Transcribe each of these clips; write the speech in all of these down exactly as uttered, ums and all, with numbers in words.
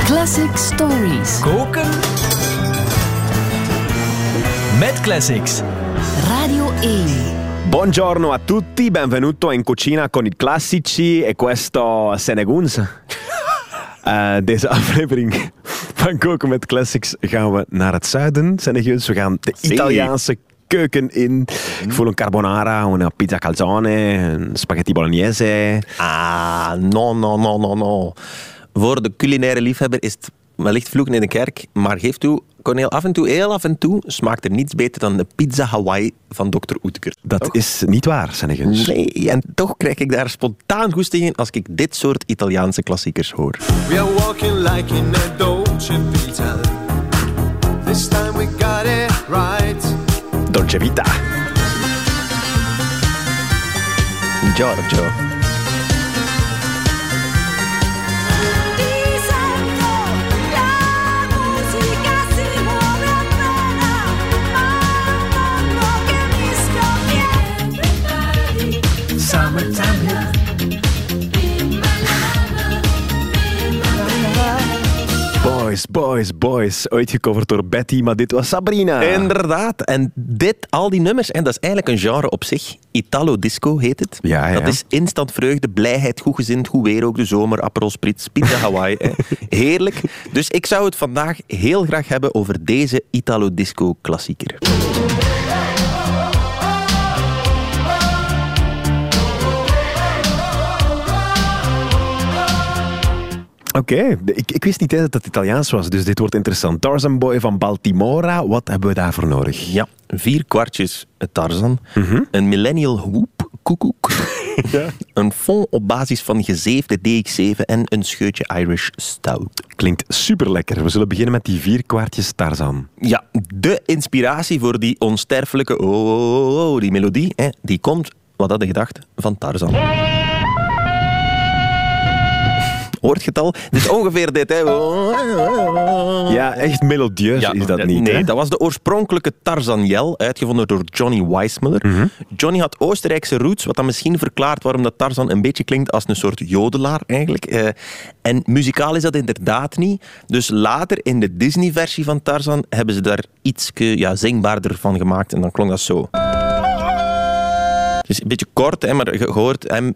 Classic Stories. Koken met Classics. Radio één. Buongiorno a tutti, benvenuto in cucina con i classici e questo Senegoens. Uh, deze aflevering van Koken met Classics gaan we naar het zuiden, Senegoens. We gaan de Italiaanse keuken in. Ik voel een carbonara, een pizza calzone, een spaghetti bolognese. Ah, no, no, no, no, no. Voor de culinaire liefhebber is het wellicht vloeken in de kerk, maar geef toe, Corneel, af en toe, heel af en toe, smaakt er niets beter dan de pizza Hawaii van dokter Oetker. Dat toch? is niet waar, Senegoens. Nee, en toch krijg ik daar spontaan goesting in als ik dit soort Italiaanse klassiekers hoor. We are walking like in a Dolce Vita. This time we got it right. Dolce Vita. Giorgio. Boys, boys, boys. Ooit gecoverd door Betty, maar dit was Sabrina. Inderdaad. En dit, al die nummers, en dat is eigenlijk een genre op zich. Italo disco heet het. Ja, ja. Dat is instant vreugde, blijheid, goed gezind, goed weer ook de zomer, Aperol Spritz, pizza Hawaii. hè. Heerlijk. Dus ik zou het vandaag heel graag hebben over deze Italo disco klassieker. Oké, okay. ik, ik wist niet eens dat het Italiaans was, dus dit wordt interessant. Tarzan Boy van Baltimora, wat hebben we daarvoor nodig? Ja, vier kwartjes Tarzan, Mm-hmm. een millennial whoop, koekoek, Ja. een fond op basis van gezeefde D X zeven en een scheutje Irish Stout. Klinkt super lekker. We zullen beginnen met die vier kwartjes Tarzan. Ja, de inspiratie voor die onsterfelijke oh, oh, oh, oh, die melodie, hè, die komt, wat had je gedacht, van Tarzan. Hoort je het al? Het is ongeveer dit, hè. Ja, echt melodieus Ja, is dat ja, niet, Nee, hè? dat was de oorspronkelijke Tarzan-jel, uitgevonden door Johnny Weissmuller. Mhm. Johnny had Oostenrijkse roots, wat dan misschien verklaart waarom dat Tarzan een beetje klinkt als een soort jodelaar, eigenlijk. Eh, en muzikaal is dat inderdaad niet. Dus later, in de Disney-versie van Tarzan, hebben ze daar iets ja, zingbaarder van gemaakt. En dan klonk dat zo. Het is een beetje kort, hè, maar je hoort hem...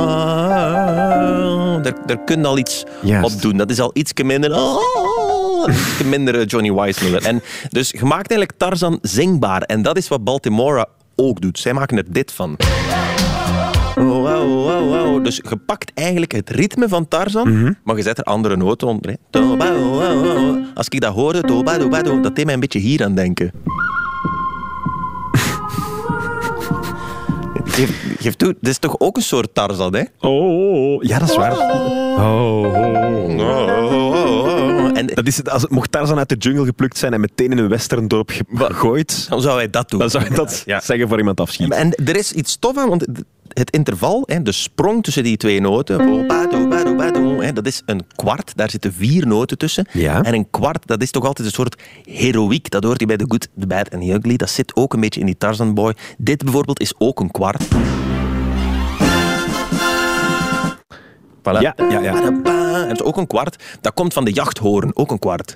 Ah, daar, daar kun je al iets Juist. op doen. Dat is al iets minder... Ah, iets minder Johnny Weissmuller. En dus je maakt eigenlijk Tarzan zingbaar. En dat is wat Baltimora ook doet. Zij maken er dit van. Wow, wow, wow. Dus je pakt eigenlijk het ritme van Tarzan, Mhm. maar je zet er andere noten onder. Hè. Als ik dat hoorde, dat deed mij een beetje hier aan denken. Geef, geef toe, dit is toch ook een soort Tarzan, hè? Oh, ja, dat is waar. Oh, En Dat is het, als het mocht Tarzan uit de jungle geplukt zijn en meteen in een westerndorp ge- gegooid, dan zou hij dat doen. dan zou je dat Ja. zeggen voor iemand afschieten. En er is iets tof aan, want het interval, de sprong tussen die twee noten, dat is een kwart, daar zitten vier noten tussen. Ja. En een kwart, dat is toch altijd een soort heroïek. Dat hoort je bij The Good, The Bad and The Ugly. Dat zit ook een beetje in die Tarzan Boy. Dit bijvoorbeeld is ook een kwart. Voilà. Ja, ja, ja. En dat is ook een kwart. Dat komt van de jachthoorn, ook een kwart.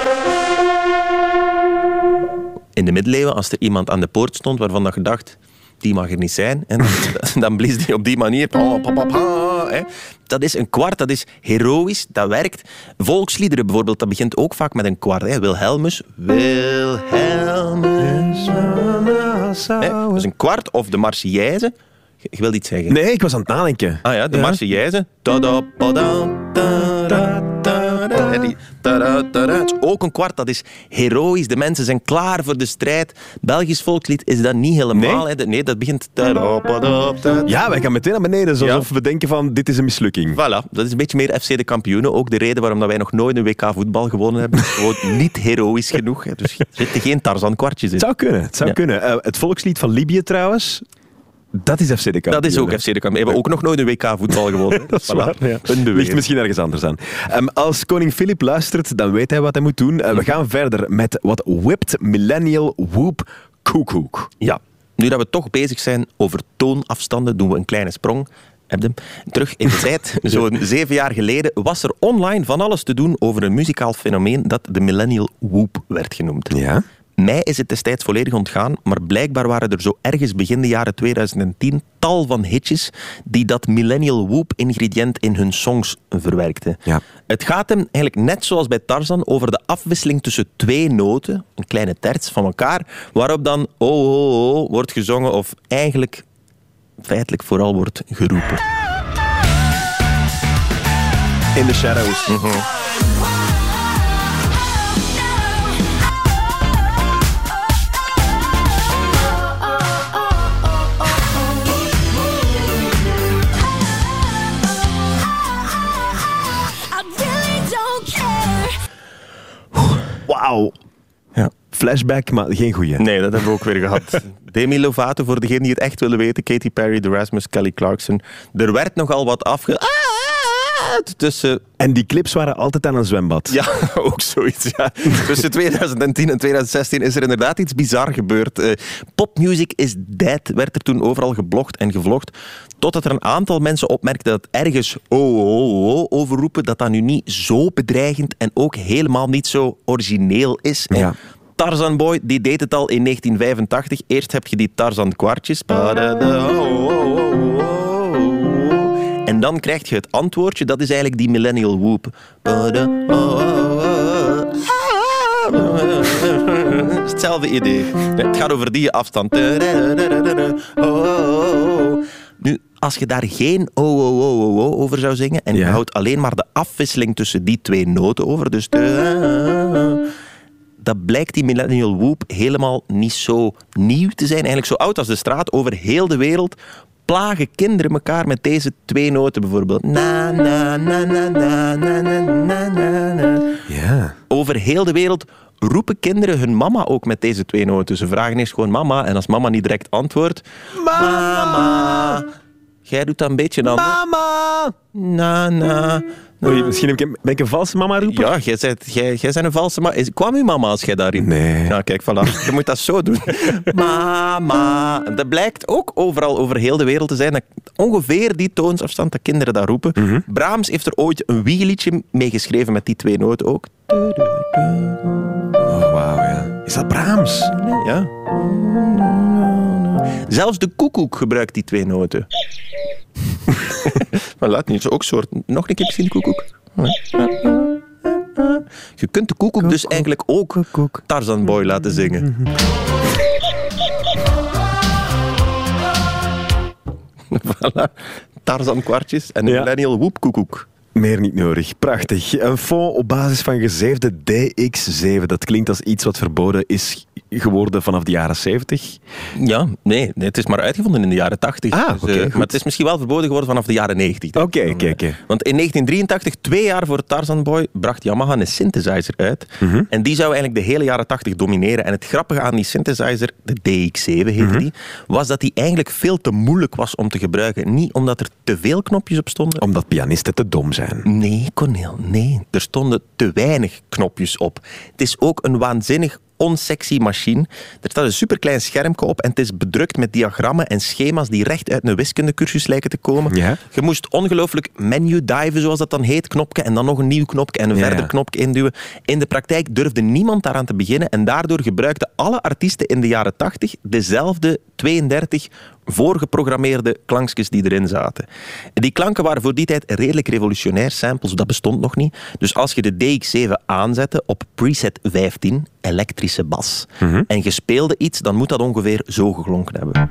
In de middeleeuwen, als er iemand aan de poort stond waarvan dat je dacht, die mag er niet zijn, en dan, dan blies die op die manier. Pa, pa, pa, pa, hè. Dat is een kwart, dat is heroïs, dat werkt. Volksliederen bijvoorbeeld, dat begint ook vaak met een kwart. Hè. Wilhelmus. Wilhelmus. Hè. Dus een kwart, of de Marseillaise. Je, je wilt iets zeggen. Nee, ik was aan het nadenken. Ah ja, de Ja. Marseillaise. Ta-da, pa-da, ta-da, ta-da. Hè, die ta-da, ta-da. Het is ook een kwart, dat is heroïs. De mensen zijn klaar voor de strijd. Belgisch volkslied is dat niet helemaal. Nee? Hè. De- Nee, dat begint... ta-da, pa-da, ta-da. Ja, wij gaan meteen naar beneden, alsof we denken van, dit is een mislukking. Voilà, dat is een beetje meer F C de kampioenen. Ook de reden waarom dat wij nog nooit een W K voetbal gewonnen hebben. Gewoon niet heroïs genoeg. Hè. Dus er zitten geen Tarzan-kwartjes in. Het zou kunnen, het zou Ja. kunnen. Uh, het volkslied van Libië trouwens, dat is F C de kampioen. Dat is ook F C de kampioen. We hebben ook nog nooit een W K voetbal gewonnen. Dat is Voilà. waar, ja. Een bewijs. Ligt misschien ergens anders aan. Um, als koning Filip luistert, dan weet hij wat hij moet doen. Uh, we gaan verder met wat whipped millennial whoop koekoek. Ja, nu dat we toch bezig zijn over toonafstanden, doen we een kleine sprong. heb je hem? Terug in de tijd, zo'n zeven jaar geleden, was er online van alles te doen over een muzikaal fenomeen dat de millennial whoop werd genoemd. Ja? Mij is het destijds volledig ontgaan, maar blijkbaar waren er zo ergens begin de jaren twintig tien tal van hitjes die dat millennial whoop-ingrediënt in hun songs verwerkten. Ja. Het gaat hem eigenlijk net zoals bij Tarzan over de afwisseling tussen twee noten, een kleine terts van elkaar, waarop dan oh, oh, oh wordt gezongen of eigenlijk feitelijk vooral wordt geroepen. In the Shadows. Mm-hmm. Wauw. Ja. Flashback, maar geen goeie. Nee, dat hebben we ook weer gehad. Demi Lovato, voor degenen die het echt willen weten. Katy Perry, The Rasmus, Kelly Clarkson. Er werd nogal wat afge... tussen... En die clips waren altijd aan een zwembad. Ja, ook zoiets. Ja. Tussen twintig tien en twintig zestien is er inderdaad iets bizar gebeurd. Uh, Popmusic is dead werd er toen overal geblogd en gevlogd. Totdat er een aantal mensen opmerkten dat ergens oh, oh, oh overroepen, dat dat nu niet zo bedreigend en ook helemaal niet zo origineel is. Ja. En Tarzan Boy, die deed het al in negentien vijfentachtig. Eerst heb je die Tarzan kwartjes. En dan krijg je het antwoordje, dat is eigenlijk die millennial whoop. Hetzelfde idee. Het gaat over die afstand. Nu, als je daar geen oh, oh, oh, oh, oh over zou zingen en je Ja. houdt alleen maar de afwisseling tussen die twee noten over, dus de... dat blijkt die millennial whoop helemaal niet zo nieuw te zijn. Eigenlijk zo oud als de straat. Over heel de wereld plagen kinderen elkaar met deze twee noten bijvoorbeeld. Na, na, na, na, na, na, na, na, na. Ja. Over heel de wereld roepen kinderen hun mama ook met deze twee noten. Ze vragen eerst gewoon mama en als mama niet direct antwoordt... Mama! Jij doet dat een beetje dan... Mama! Na, na... Oei, misschien heb ik, ben ik een valse mama roepen? Ja, jij bent, jij, jij bent een valse mama. Is- Kwam uw mama als jij daarin? Nee. Ja, kijk, voilà. Je moet dat zo doen. Mama. Dat blijkt ook overal over heel de wereld te zijn. Dat ongeveer die toonsafstand dat kinderen dat roepen. Mm-hmm. Brahms heeft er ooit een wiegeliedje mee geschreven met die twee noten ook. Oh, wauw, ja. Is dat Brahms? Ja. Zelfs de koekoek gebruikt die twee noten. Maar laat niet, ook soort. Nog een keer misschien de koekoek. Je kunt de koekoek dus eigenlijk ook Tarzan Boy laten zingen. Voilà. Tarzan kwartjes en de Ja. millennial whoop koekoek. Meer niet nodig. Prachtig. Een fond op basis van gezeefde D X zeven. Dat klinkt als iets wat verboden is geworden vanaf de jaren zeventig. Ja, nee, nee, het is maar uitgevonden in de jaren tachtig. Ah, Dus, oké, eh, goed. maar het is misschien wel verboden geworden vanaf de jaren negentig. Oké, oké, oké. Want in negentien drieëntachtig, twee jaar voor Tarzan Boy, bracht Yamaha een synthesizer uit. Mhm. En die zou eigenlijk de hele jaren tachtig domineren. En het grappige aan die synthesizer, de D X zeven heette Mhm. die, was dat die eigenlijk veel te moeilijk was om te gebruiken. Niet omdat er te veel knopjes op stonden. Omdat pianisten te dom zijn. Nee, Cornel, nee. Er stonden te weinig knopjes op. Het is ook een waanzinnig onsexy machine. Er staat een superklein schermpje op en het is bedrukt met diagrammen en schema's die recht uit een wiskundecursus lijken te komen. Ja. Je moest ongelooflijk menu diven, zoals dat dan heet, knopje en dan nog een nieuw knopje en een Ja, verder ja. knopje induwen. In de praktijk durfde niemand daaraan te beginnen en daardoor gebruikten alle artiesten in de jaren tachtig dezelfde tweeëndertig voorgeprogrammeerde klankjes die erin zaten. Die klanken waren voor die tijd redelijk revolutionair. Samples, dat bestond nog niet. Dus als je de D X zeven aanzette op preset vijftien, elektrische bas, Mhm. en je speelde iets, dan moet dat ongeveer zo geklonken hebben.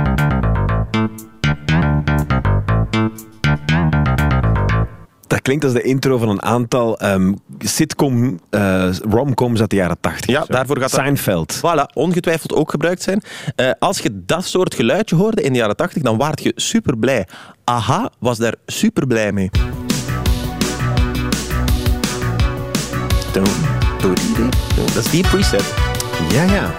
Dat klinkt als de intro van een aantal ehm, sitcom, eh, romcoms uit de jaren tachtig. Ja, daarvoor gaat dat- Seinfeld. Voilà, ongetwijfeld ook gebruikt zijn. Eh, als je dat soort geluidje hoorde in de jaren tachtig, dan waart je super blij. Aha was daar super blij mee. Dat is die preset. Ja, ja.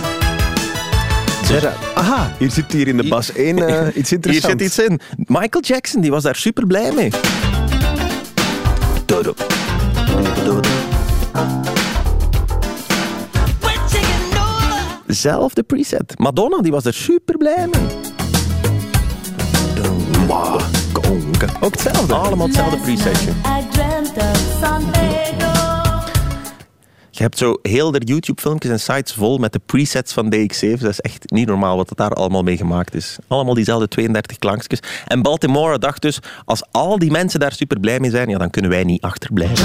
Zeg, aha, hier zit hier in de bas één eh, iets Hier interessants. zit iets in. Michael Jackson, die was daar super blij mee. Dodo. Dodo. Zelfde preset. Madonna, die was er super blij mee. konka. Ook hetzelfde. Allemaal hetzelfde presetje. Je hebt zo heel de YouTube-filmpjes en sites vol met de presets van D X zeven. Dat is echt niet normaal wat er daar allemaal mee gemaakt is. Allemaal diezelfde tweeëndertig klankjes. En Baltimore dacht dus, als al die mensen daar super blij mee zijn, ja, dan kunnen wij niet achterblijven.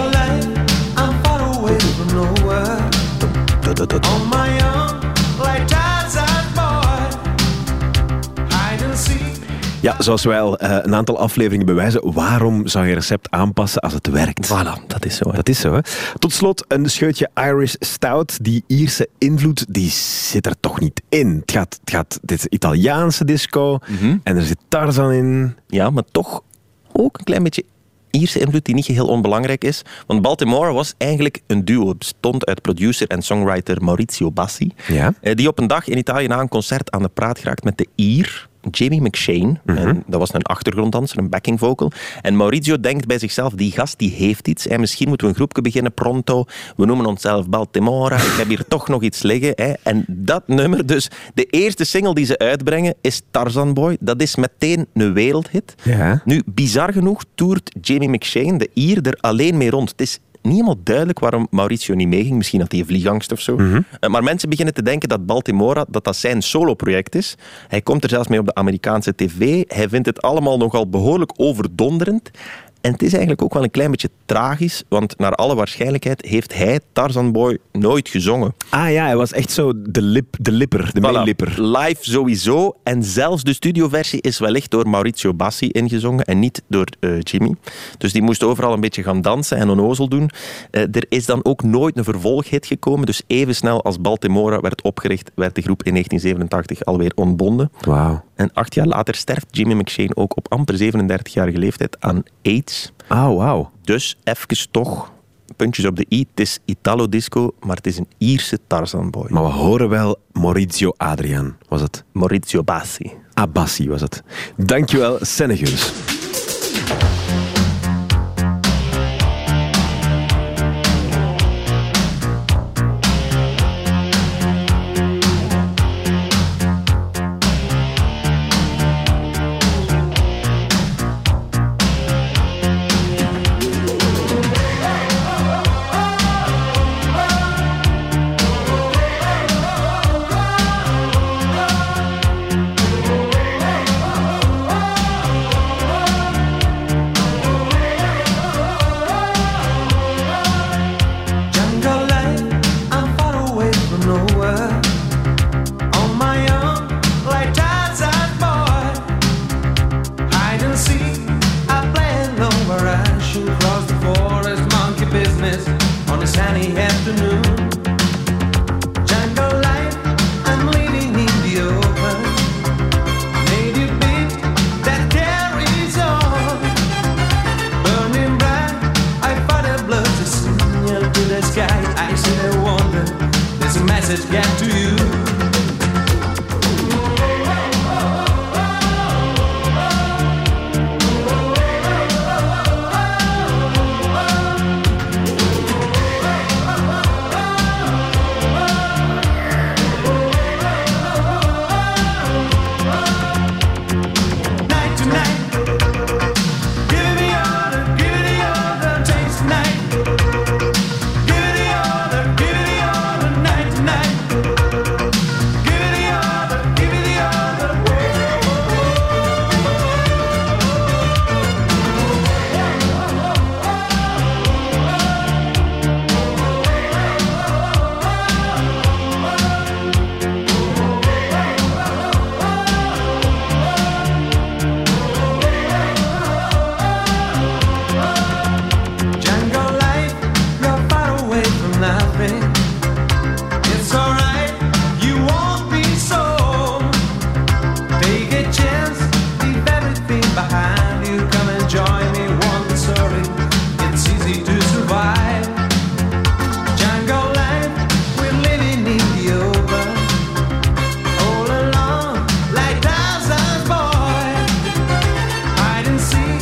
Ja, zoals wij al uh, een aantal afleveringen bewijzen, waarom zou je recept aanpassen als het werkt? Voilà, dat is zo. Hè. Dat is zo, hè. Tot slot een scheutje Irish Stout. Die Ierse invloed, die zit er toch niet in. Het gaat, het gaat dit is Italiaanse disco mm-hmm. en er zit Tarzan in. Ja, maar toch ook een klein beetje Ierse invloed die niet geheel onbelangrijk is. Want Baltimore was eigenlijk een duo. Het bestond uit producer en songwriter Maurizio Bassi. Ja. Die op een dag in Italië na een concert aan de praat geraakt met de Ier Jamie McShane. Mm-hmm. En dat was een achtergronddanser, een backing vocal. En Maurizio denkt bij zichzelf, die gast die heeft iets. Hè. Misschien moeten we een groepje beginnen pronto. We noemen onszelf Baltimore. Ik heb hier toch nog iets liggen. Hè. En dat nummer, dus de eerste single die ze uitbrengen, is Tarzan Boy. Dat is meteen een wereldhit. Ja. Nu, bizar genoeg toert Jamie McShane, de Ier, er alleen mee rond. Het is niet helemaal duidelijk waarom Maurizio niet meeging. Misschien had hij een vliegangst of zo. Mm-hmm. Maar mensen beginnen te denken dat Baltimora dat dat zijn soloproject is. Hij komt er zelfs mee op de Amerikaanse tv. Hij vindt het allemaal nogal behoorlijk overdonderend. En het is eigenlijk ook wel een klein beetje tragisch, want naar alle waarschijnlijkheid heeft hij, Tarzan Boy, nooit gezongen. Ah ja, hij was echt zo de, lip, de lipper, de voilà, meelipper. Live sowieso. En zelfs de studioversie is wellicht door Maurizio Bassi ingezongen en niet door uh, Jimmy. Dus die moest overal een beetje gaan dansen en onnozel doen. Uh, er is dan ook nooit een vervolghit gekomen, dus even snel als Baltimora werd opgericht, werd de groep in negentien zevenentachtig alweer ontbonden. Wauw. En acht jaar later sterft Jimmy McShane ook op amper zevenendertigjarige leeftijd aan AIDS. Oh, wauw. Dus even toch, puntjes op de i. Het is Italo-disco, maar het is een Ierse Tarzan Boy. Maar we horen wel Maurizio Adrian, was het? Maurizio Bassi. Ah, Bassi was het. Dankjewel, Senegus.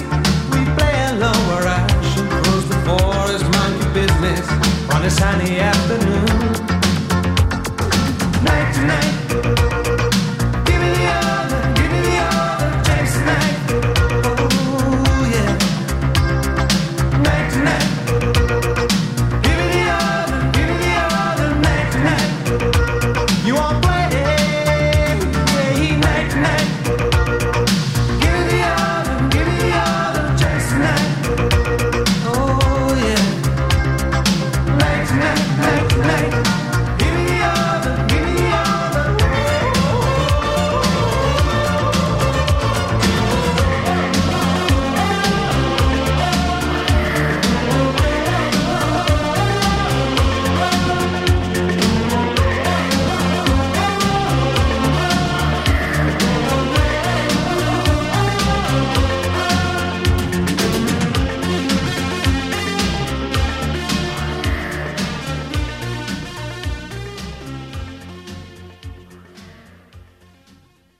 Honey,